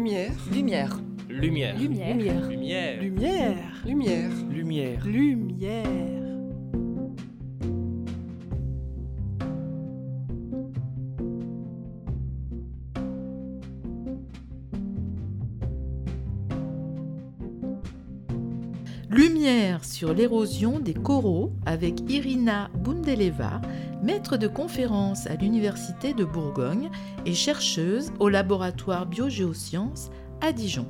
Lumière. Lumière. Lumière. Lumière. Lumière. Lumière. Lumière. Lumière. Lumière. Lumière sur l'érosion des coraux avec Irina Bundeleva, maître de conférence à l'Université de Bourgogne et chercheuse au laboratoire Biogéosciences à Dijon.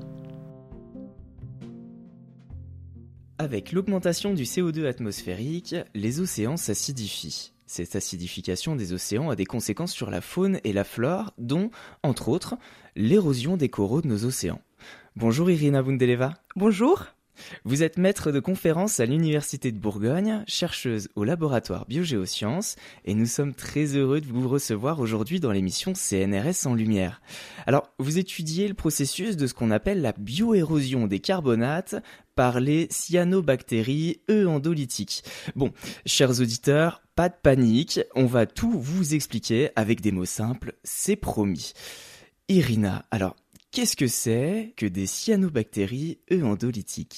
Avec l'augmentation du CO2 atmosphérique, les océans s'acidifient. Cette acidification des océans a des conséquences sur la faune et la flore, dont, entre autres, l'érosion des coraux de nos océans. Bonjour Irina Bundeleva. Bonjour. Vous êtes maître de conférence à l'Université de Bourgogne, chercheuse au laboratoire Biogéosciences, et nous sommes très heureux de vous recevoir aujourd'hui dans l'émission CNRS en Lumière. Alors, vous étudiez le processus de ce qu'on appelle la bioérosion des carbonates par les cyanobactéries endolytiques. Bon, chers auditeurs, pas de panique, on va tout vous expliquer avec des mots simples, c'est promis. Irina, alors, qu'est-ce que c'est que des cyanobactéries endolytiques ?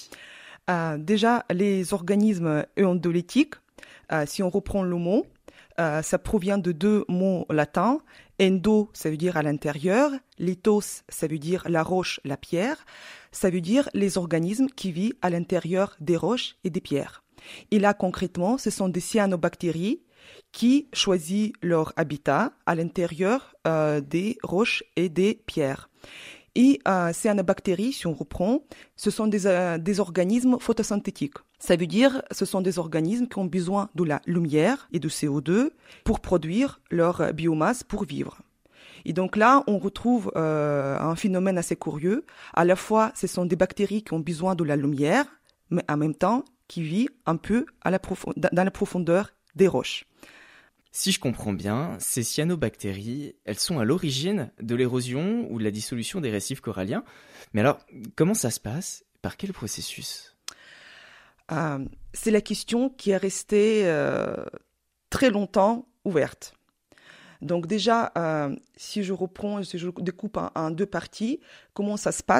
Déjà, les organismes endolytiques, si on reprend le mot, ça provient de deux mots latins. Endo, ça veut dire à l'intérieur. Lithos, ça veut dire la roche, la pierre. Ça veut dire les organismes qui vivent à l'intérieur des roches et des pierres. Et là, concrètement, ce sont des cyanobactéries qui choisissent leur habitat à l'intérieur des roches et des pierres. Et cyanobactéries, si on reprend, ce sont des organismes photosynthétiques. Ça veut dire ce sont des organismes qui ont besoin de la lumière et du CO2 pour produire leur biomasse pour vivre. Et donc là, on retrouve un phénomène assez curieux. À la fois, ce sont des bactéries qui ont besoin de la lumière, mais en même temps, qui vivent un peu dans la profondeur des roches. Si je comprends bien, ces cyanobactéries, elles sont à l'origine de l'érosion ou de la dissolution des récifs coralliens. Mais alors, comment ça se passe ? Par quel processus ? C'est la question qui est restée très longtemps ouverte. Donc déjà, si je découpe en deux parties, comment ça se passe ?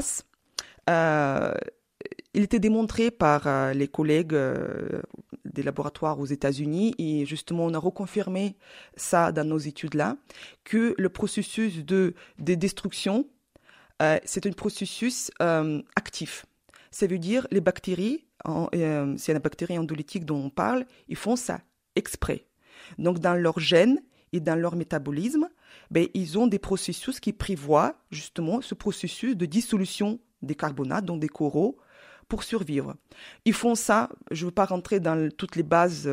Il était démontré par les collègues des laboratoires aux États-Unis et justement on a reconfirmé ça dans nos études-là, que le processus de destruction, c'est un processus actif. Ça veut dire les bactéries, c'est la bactérie endolytique dont on parle, ils font ça exprès. Donc dans leur gène et dans leur métabolisme, ils ont des processus qui prévoient justement ce processus de dissolution des carbonates, donc des coraux, pour survivre. Ils font ça, je ne veux pas rentrer dans toutes les bases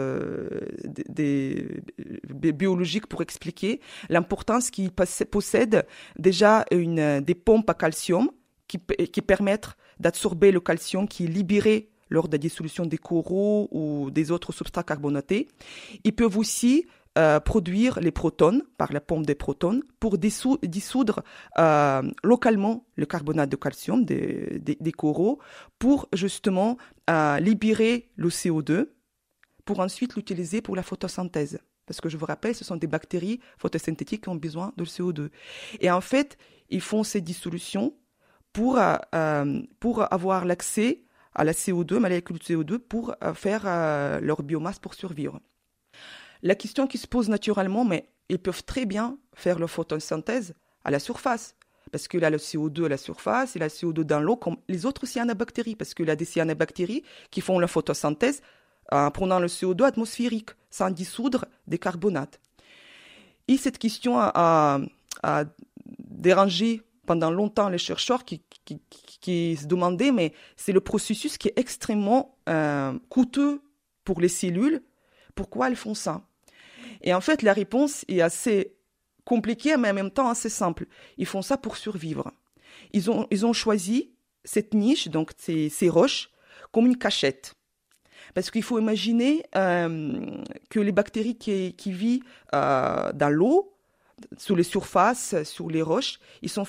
biologiques pour expliquer l'importance qu'ils possèdent déjà des pompes à calcium qui permettent d'absorber le calcium qui est libéré lors de la dissolution des coraux ou des autres substrats carbonatés. Ils peuvent aussi produire les protones par la pompe des protones pour dissoudre localement le carbonate de calcium des coraux pour justement libérer le CO2 pour ensuite l'utiliser pour la photosynthèse. Parce que je vous rappelle, ce sont des bactéries photosynthétiques qui ont besoin de CO2. Et en fait, ils font ces dissolutions pour avoir l'accès à la CO2, molécule de CO2, pour faire leur biomasse pour survivre. La question qui se pose naturellement, mais ils peuvent très bien faire leur photosynthèse à la surface. Parce qu'il y a le CO2 à la surface, il y a le CO2 dans l'eau, comme les autres cyanobactéries. Parce qu'il y a des cyanobactéries qui font leur photosynthèse en prenant le CO2 atmosphérique, sans dissoudre des carbonates. Et cette question a dérangé pendant longtemps les chercheurs qui se demandaient, mais c'est le processus qui est extrêmement coûteux pour les cellules. Pourquoi elles font ça ? Et en fait, la réponse est assez compliquée, mais en même temps assez simple. Ils font ça pour survivre. Ils ont choisi cette niche, donc ces roches, comme une cachette. Parce qu'il faut imaginer que les bactéries qui vivent dans l'eau, sur les surfaces, sur les roches, ils sont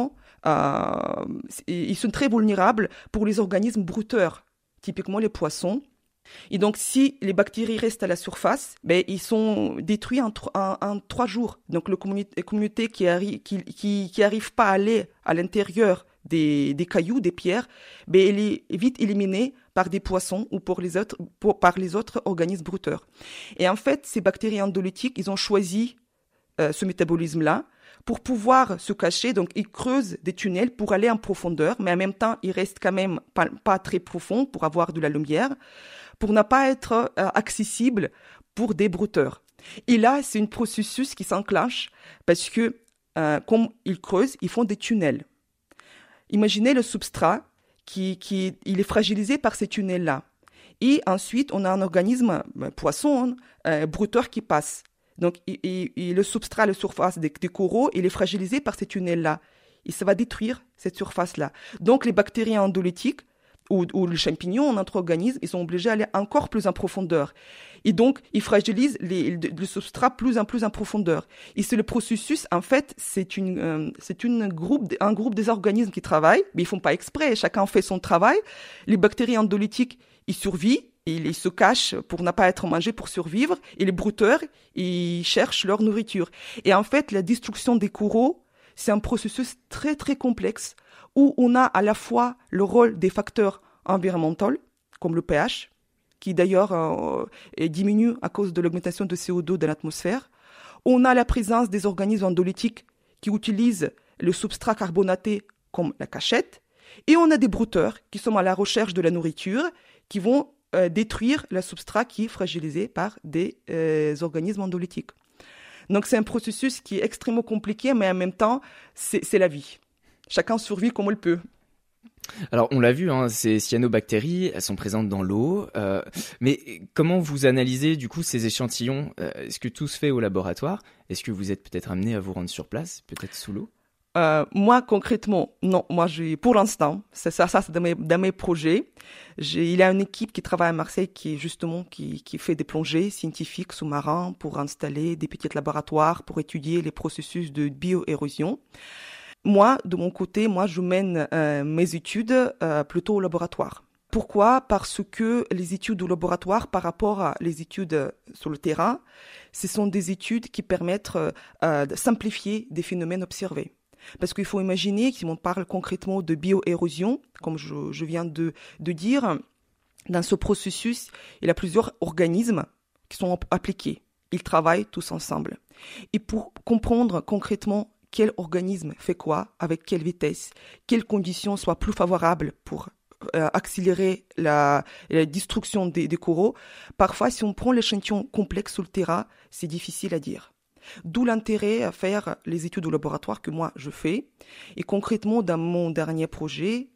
très vulnérables pour les organismes brouteurs, typiquement les poissons. Et donc, si les bactéries restent à la surface, ils sont détruits en 3 jours. Donc, les communautés qui arrivent pas à aller à l'intérieur des cailloux, des pierres, elle est vite éliminée par des poissons ou par les autres organismes brouteurs. Et en fait, ces bactéries endolytiques, ils ont choisi ce métabolisme-là pour pouvoir se cacher. Donc, ils creusent des tunnels pour aller en profondeur, mais en même temps, ils restent quand même pas très profonds pour avoir de la lumière, pour ne pas être accessible pour des brouteurs. Et là, c'est un processus qui s'enclenche parce que, comme ils creusent, ils font des tunnels. Imaginez le substrat il est fragilisé par ces tunnels-là. Et ensuite, on a un organisme, poisson, brouteur qui passe. Donc, le substrat, la surface des coraux, il est fragilisé par ces tunnels-là. Et ça va détruire cette surface-là. Donc, les bactéries endolytiques ou les champignons, notre organisme, ils sont obligés d'aller encore plus en profondeur. Et donc, ils fragilisent le substrat plus en profondeur. Et c'est le processus, en fait, c'est un groupe des organismes qui travaillent, mais ils font pas exprès, chacun fait son travail. Les bactéries endolytiques, ils survivent, ils se cachent pour ne pas être mangés, pour survivre, et les brouteurs, ils cherchent leur nourriture. Et en fait, la destruction des coraux, c'est un processus très, très complexe, où on a à la fois le rôle des facteurs environnementaux, comme le pH, qui d'ailleurs diminue à cause de l'augmentation de CO2 dans l'atmosphère. On a la présence des organismes endolytiques qui utilisent le substrat carbonaté comme la cachette. Et on a des brouteurs qui sont à la recherche de la nourriture, qui vont détruire le substrat qui est fragilisé par des organismes endolytiques. Donc c'est un processus qui est extrêmement compliqué, mais en même temps, c'est la vie. Chacun survit comme il peut. Alors, on l'a vu, ces cyanobactéries, elles sont présentes dans l'eau. Mais comment vous analysez, du coup, ces échantillons ? Est-ce que tout se fait au laboratoire ? Est-ce que vous êtes peut-être amené à vous rendre sur place, peut-être sous l'eau ? Moi, concrètement, non. Moi, pour l'instant, c'est dans mes projets. Il y a une équipe qui travaille à Marseille qui fait des plongées scientifiques sous-marins pour installer des petits laboratoires pour étudier les processus de bioérosion. Moi, de mon côté, je mène mes études plutôt au laboratoire. Pourquoi ? Parce que les études au laboratoire, par rapport à les études sur le terrain, ce sont des études qui permettent de simplifier des phénomènes observés. Parce qu'il faut imaginer, si on parle concrètement de bioérosion, comme je viens de dire, dans ce processus, il y a plusieurs organismes qui sont appliqués. Ils travaillent tous ensemble. Et pour comprendre concrètement quel organisme fait quoi, avec quelle vitesse, quelles conditions soient plus favorables pour accélérer la destruction des coraux, parfois, si on prend l'échantillon complexe sur le terrain, c'est difficile à dire. D'où l'intérêt à faire les études au laboratoire que moi je fais. Et concrètement, dans mon dernier projet,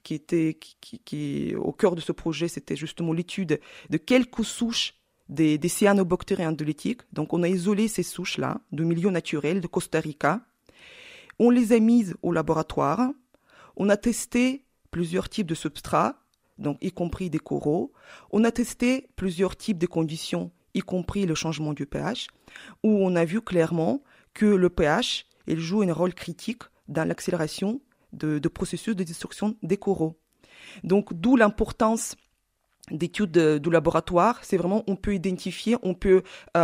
qui au cœur de ce projet, c'était justement l'étude de quelques souches des cyanobactéries endolytiques. Donc, on a isolé ces souches-là de milieu naturel de Costa Rica. On les a mises au laboratoire. On a testé plusieurs types de substrats, donc y compris des coraux. On a testé plusieurs types de conditions, y compris le changement du pH, où on a vu clairement que le pH, il joue un rôle critique dans l'accélération de processus de destruction des coraux. Donc, d'où l'importance d'études du laboratoire. C'est vraiment, on peut identifier, on peut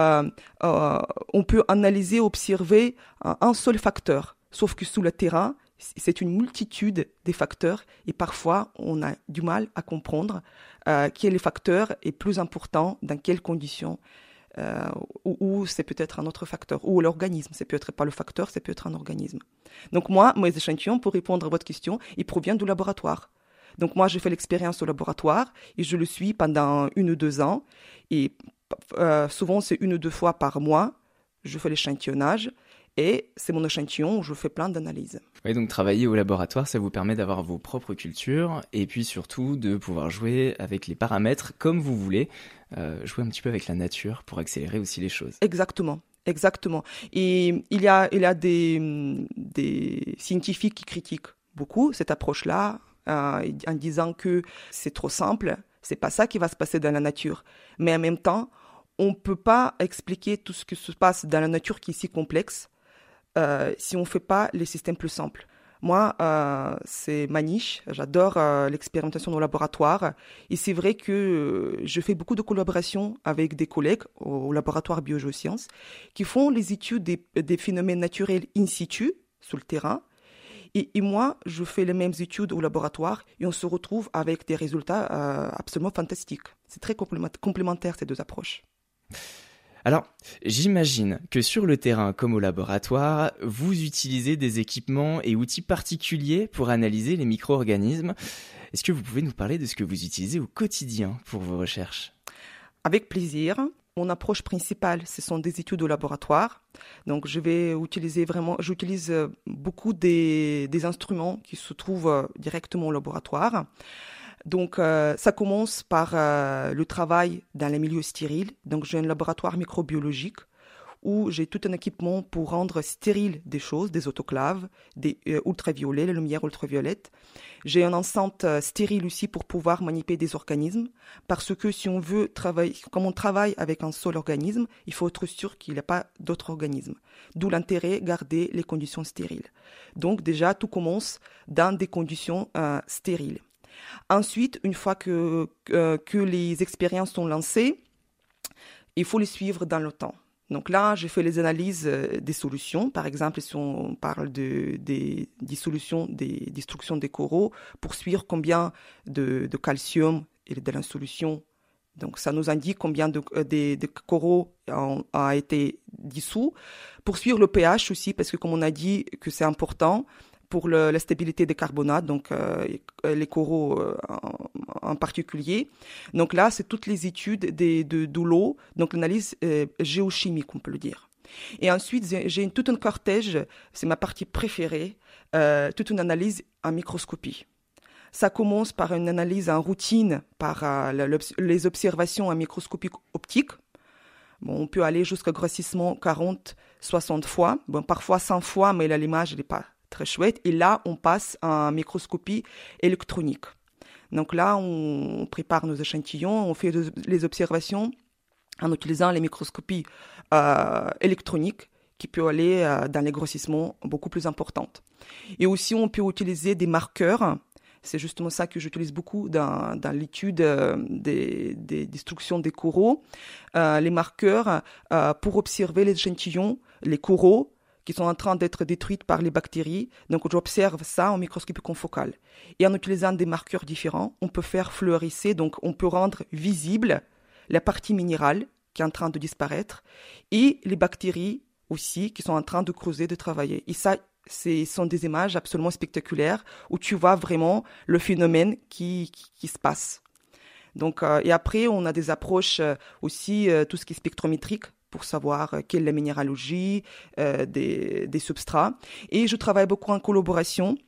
analyser, observer un seul facteur. Sauf que sous le terrain, c'est une multitude des facteurs et parfois, on a du mal à comprendre quel est le facteur est plus important, dans quelles conditions, ou c'est peut-être un autre facteur, ou l'organisme, c'est peut-être pas le facteur, c'est peut-être un organisme. Donc moi, mes échantillons, pour répondre à votre question, ils proviennent du laboratoire. Donc moi, j'ai fait l'expérience au laboratoire et je le suis pendant 1 ou 2 ans. Et souvent, c'est 1 ou 2 fois par mois, je fais l'échantillonnage. Et c'est mon échantillon où je fais plein d'analyses. Oui, donc travailler au laboratoire, ça vous permet d'avoir vos propres cultures et puis surtout de pouvoir jouer avec les paramètres comme vous voulez, jouer un petit peu avec la nature pour accélérer aussi les choses. Exactement. Et il y a des scientifiques qui critiquent beaucoup cette approche-là en disant que c'est trop simple, c'est pas ça qui va se passer dans la nature. Mais en même temps, on peut pas expliquer tout ce qui se passe dans la nature qui est si complexe si on ne fait pas les systèmes plus simples. Moi, c'est ma niche. J'adore l'expérimentation au laboratoire. Et c'est vrai que je fais beaucoup de collaborations avec des collègues au laboratoire biogéosciences qui font les études des phénomènes naturels in situ, sur le terrain. Et moi, je fais les mêmes études au laboratoire et on se retrouve avec des résultats absolument fantastiques. C'est très complémentaire, ces deux approches. Alors, j'imagine que sur le terrain comme au laboratoire, vous utilisez des équipements et outils particuliers pour analyser les micro-organismes. Est-ce que vous pouvez nous parler de ce que vous utilisez au quotidien pour vos recherches ? Avec plaisir. Mon approche principale, ce sont des études au laboratoire. Donc, j'utilise beaucoup des instruments qui se trouvent directement au laboratoire. Donc, ça commence par le travail dans les milieux stériles. Donc, j'ai un laboratoire microbiologique où j'ai tout un équipement pour rendre stériles des choses, des autoclaves, des ultraviolets, les lumières ultraviolettes. J'ai une enceinte stérile aussi pour pouvoir manipuler des organismes, parce que si on veut travailler, comme on travaille avec un seul organisme, il faut être sûr qu'il n'y a pas d'autres organismes. D'où l'intérêt de garder les conditions stériles. Donc déjà, tout commence dans des conditions stériles. Ensuite, une fois que les expériences sont lancées, il faut les suivre dans le temps. Donc là, j'ai fait les analyses des solutions. Par exemple, si on parle des solutions, des destructions des coraux, pour suivre combien de calcium il est dans la solution. Donc ça nous indique combien de coraux a été dissous. Pour suivre le pH aussi, parce que comme on a dit que c'est important pour la stabilité des carbonates, donc les coraux en particulier. Donc là, c'est toutes les études de l'eau, donc l'analyse géochimique, on peut le dire. Et ensuite, j'ai toute une cortège, c'est ma partie préférée, toute une analyse en microscopie. Ça commence par une analyse en routine, par les observations en microscopie optique. Bon, on peut aller jusqu'à grossissement 40, 60 fois, bon, parfois 100 fois, mais là, l'image n'est pas très chouette. Et là, on passe en microscopie électronique. Donc là, on prépare nos échantillons, on fait les observations en utilisant les microscopies électroniques qui peuvent aller dans les grossissements beaucoup plus importants. Et aussi, on peut utiliser des marqueurs. C'est justement ça que j'utilise beaucoup dans l'étude des destructions des coraux. Les marqueurs pour observer les échantillons, les coraux, qui sont en train d'être détruites par les bactéries. Donc, j'observe ça en microscopie confocale. Et en utilisant des marqueurs différents, on peut faire fluorescer, donc on peut rendre visible la partie minérale qui est en train de disparaître et les bactéries aussi qui sont en train de creuser, de travailler. Et ça, ce sont des images absolument spectaculaires où tu vois vraiment le phénomène qui se passe. Donc, et après, on a des approches aussi, tout ce qui est spectrométrique, pour savoir quelle est la minéralogie des substrats. Et je travaille beaucoup en collaboration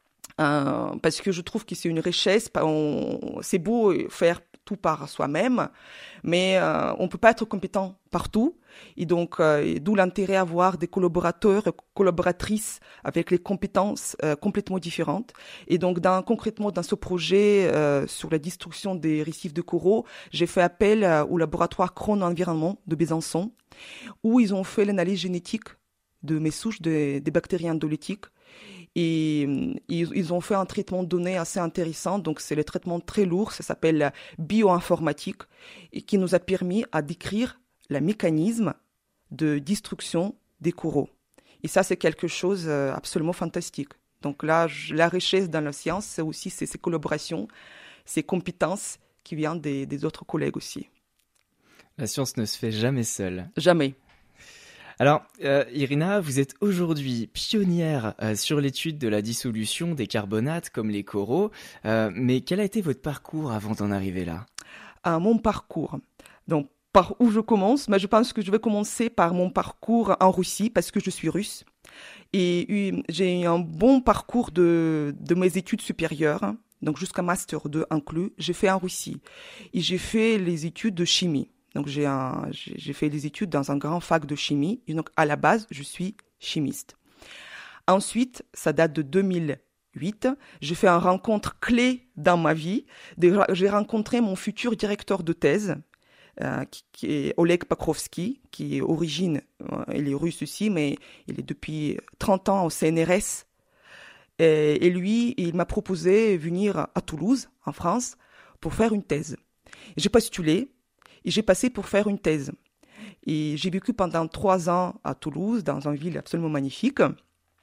parce que je trouve que c'est une richesse. C'est beau faire tout par soi-même, mais on ne peut pas être compétent partout. Et donc, d'où l'intérêt d'avoir des collaborateurs, collaboratrices avec les compétences complètement différentes. Et donc, concrètement, dans ce projet sur la destruction des récifs de coraux, j'ai fait appel au laboratoire Crohn Environnement de Besançon, où ils ont fait l'analyse génétique de mes souches des bactéries endolytiques. Et ils ont fait un traitement de données assez intéressant. Donc, c'est le traitement très lourd. Ça s'appelle bioinformatique et qui nous a permis à décrire le mécanisme de destruction des coraux. Et ça, c'est quelque chose absolument fantastique. Donc là, la richesse dans la science, c'est aussi ces collaborations, ces compétences qui viennent des autres collègues aussi. La science ne se fait jamais seule. Jamais. Alors, Irina, vous êtes aujourd'hui pionnière sur l'étude de la dissolution des carbonates comme les coraux, mais quel a été votre parcours avant d'en arriver là ? Mon parcours. Donc, par où je commence? Mais je pense que je vais commencer par mon parcours en Russie parce que je suis russe. Et j'ai eu un bon parcours de mes études supérieures, donc jusqu'à Master 2 inclus, j'ai fait en Russie. Et j'ai fait les études de chimie. Donc j'ai fait des études dans un grand fac de chimie. Et donc à la base, je suis chimiste. Ensuite, ça date de 2008. J'ai fait une rencontre clé dans ma vie. J'ai rencontré mon futur directeur de thèse, qui est Oleg Pakrovsky, qui est origine, il est russe aussi, mais il est depuis 30 ans au CNRS. Et lui, il m'a proposé de venir à Toulouse, en France, pour faire une thèse. J'ai postulé et j'ai passé pour faire une thèse. Et j'ai vécu pendant 3 ans à Toulouse, dans une ville absolument magnifique.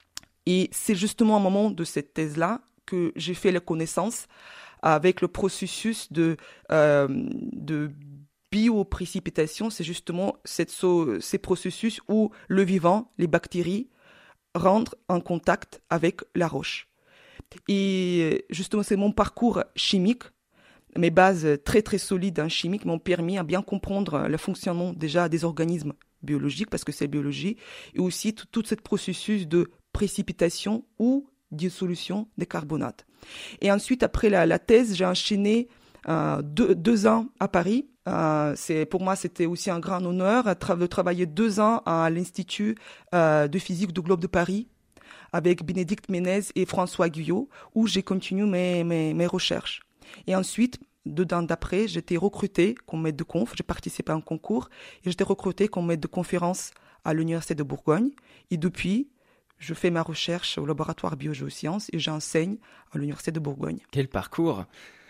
Et c'est justement à un moment de cette thèse-là que j'ai fait la connaissance avec le processus de bioprécipitation. C'est justement ces processus où le vivant, les bactéries, rentrent en contact avec la roche. Et justement, c'est mon parcours chimique. Mes bases très très solides en chimique m'ont permis à bien comprendre le fonctionnement déjà des organismes biologiques, parce que c'est biologie, et aussi tout ce processus de précipitation ou dissolution des carbonates. Et ensuite, après la thèse, j'ai enchaîné 2 ans à Paris. Pour moi, c'était aussi un grand honneur de travailler 2 ans à l'Institut de physique du Globe de Paris avec Bénédicte Ménez et François Guyot, où j'ai continué mes recherches. Et ensuite, 2 ans d'après, j'étais recrutée comme maître de conf. J'ai participé à un concours et j'étais recrutée comme maître de conférence à l'Université de Bourgogne. Et depuis, je fais ma recherche au laboratoire Biogéosciences et j'enseigne à l'Université de Bourgogne. Quel parcours!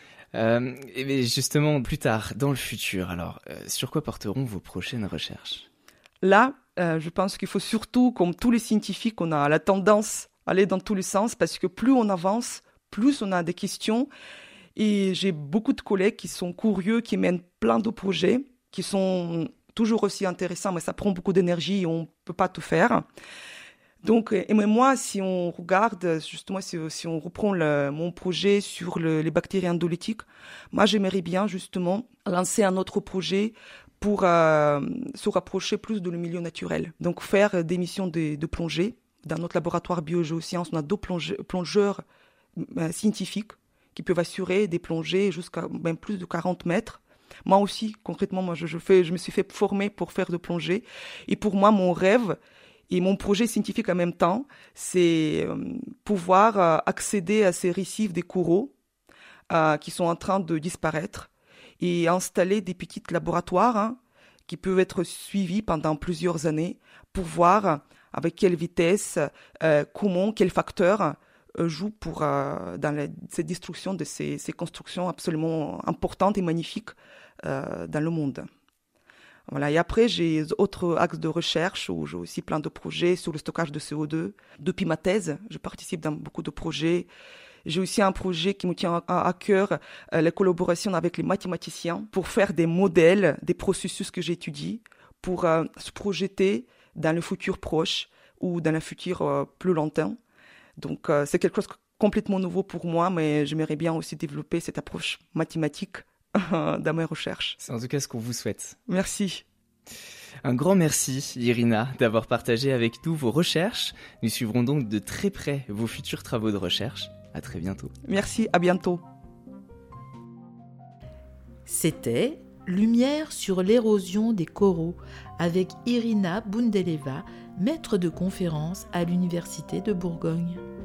Et justement, plus tard, dans le futur, alors, sur quoi porteront vos prochaines recherches? Là, je pense qu'il faut surtout, comme tous les scientifiques, on a la tendance à aller dans tous les sens parce que plus on avance, plus on a des questions. Et j'ai beaucoup de collègues qui sont curieux, qui mènent plein de projets, qui sont toujours aussi intéressants, mais ça prend beaucoup d'énergie et on ne peut pas tout faire. Donc, et moi, si on regarde, justement, si on reprend mon projet sur les bactéries endolytiques, moi, j'aimerais bien, justement, lancer un autre projet pour se rapprocher plus de le milieu naturel. Donc, faire des missions de plongée. Dans notre laboratoire Biogéosciences, on a 2 plongeurs scientifiques qui peuvent assurer des plongées jusqu'à même plus de 40 mètres. Moi aussi, concrètement, je me suis fait former pour faire de plongée. Et pour moi, mon rêve et mon projet scientifique en même temps, c'est pouvoir accéder à ces récifs des coraux qui sont en train de disparaître et installer des petits laboratoires qui peuvent être suivis pendant plusieurs années pour voir avec quelle vitesse, quels facteurs jouent dans cette destruction de ces constructions absolument importantes et magnifiques dans le monde. Voilà. Et après, j'ai d'autres axes de recherche où j'ai aussi plein de projets sur le stockage de CO2. Depuis ma thèse, je participe dans beaucoup de projets. J'ai aussi un projet qui me tient à cœur, la collaboration avec les mathématiciens pour faire des modèles des processus que j'étudie pour se projeter dans le futur proche ou dans le futur plus lointain. Donc, c'est quelque chose de complètement nouveau pour moi, mais j'aimerais bien aussi développer cette approche mathématique dans mes recherches. C'est en tout cas ce qu'on vous souhaite. Merci. Un grand merci, Irina, d'avoir partagé avec nous vos recherches. Nous suivrons donc de très près vos futurs travaux de recherche. À très bientôt. Merci, à bientôt. C'était Lumière sur l'érosion des coraux avec Irina Boundeleva, maître de conférence à l'Université de Bourgogne.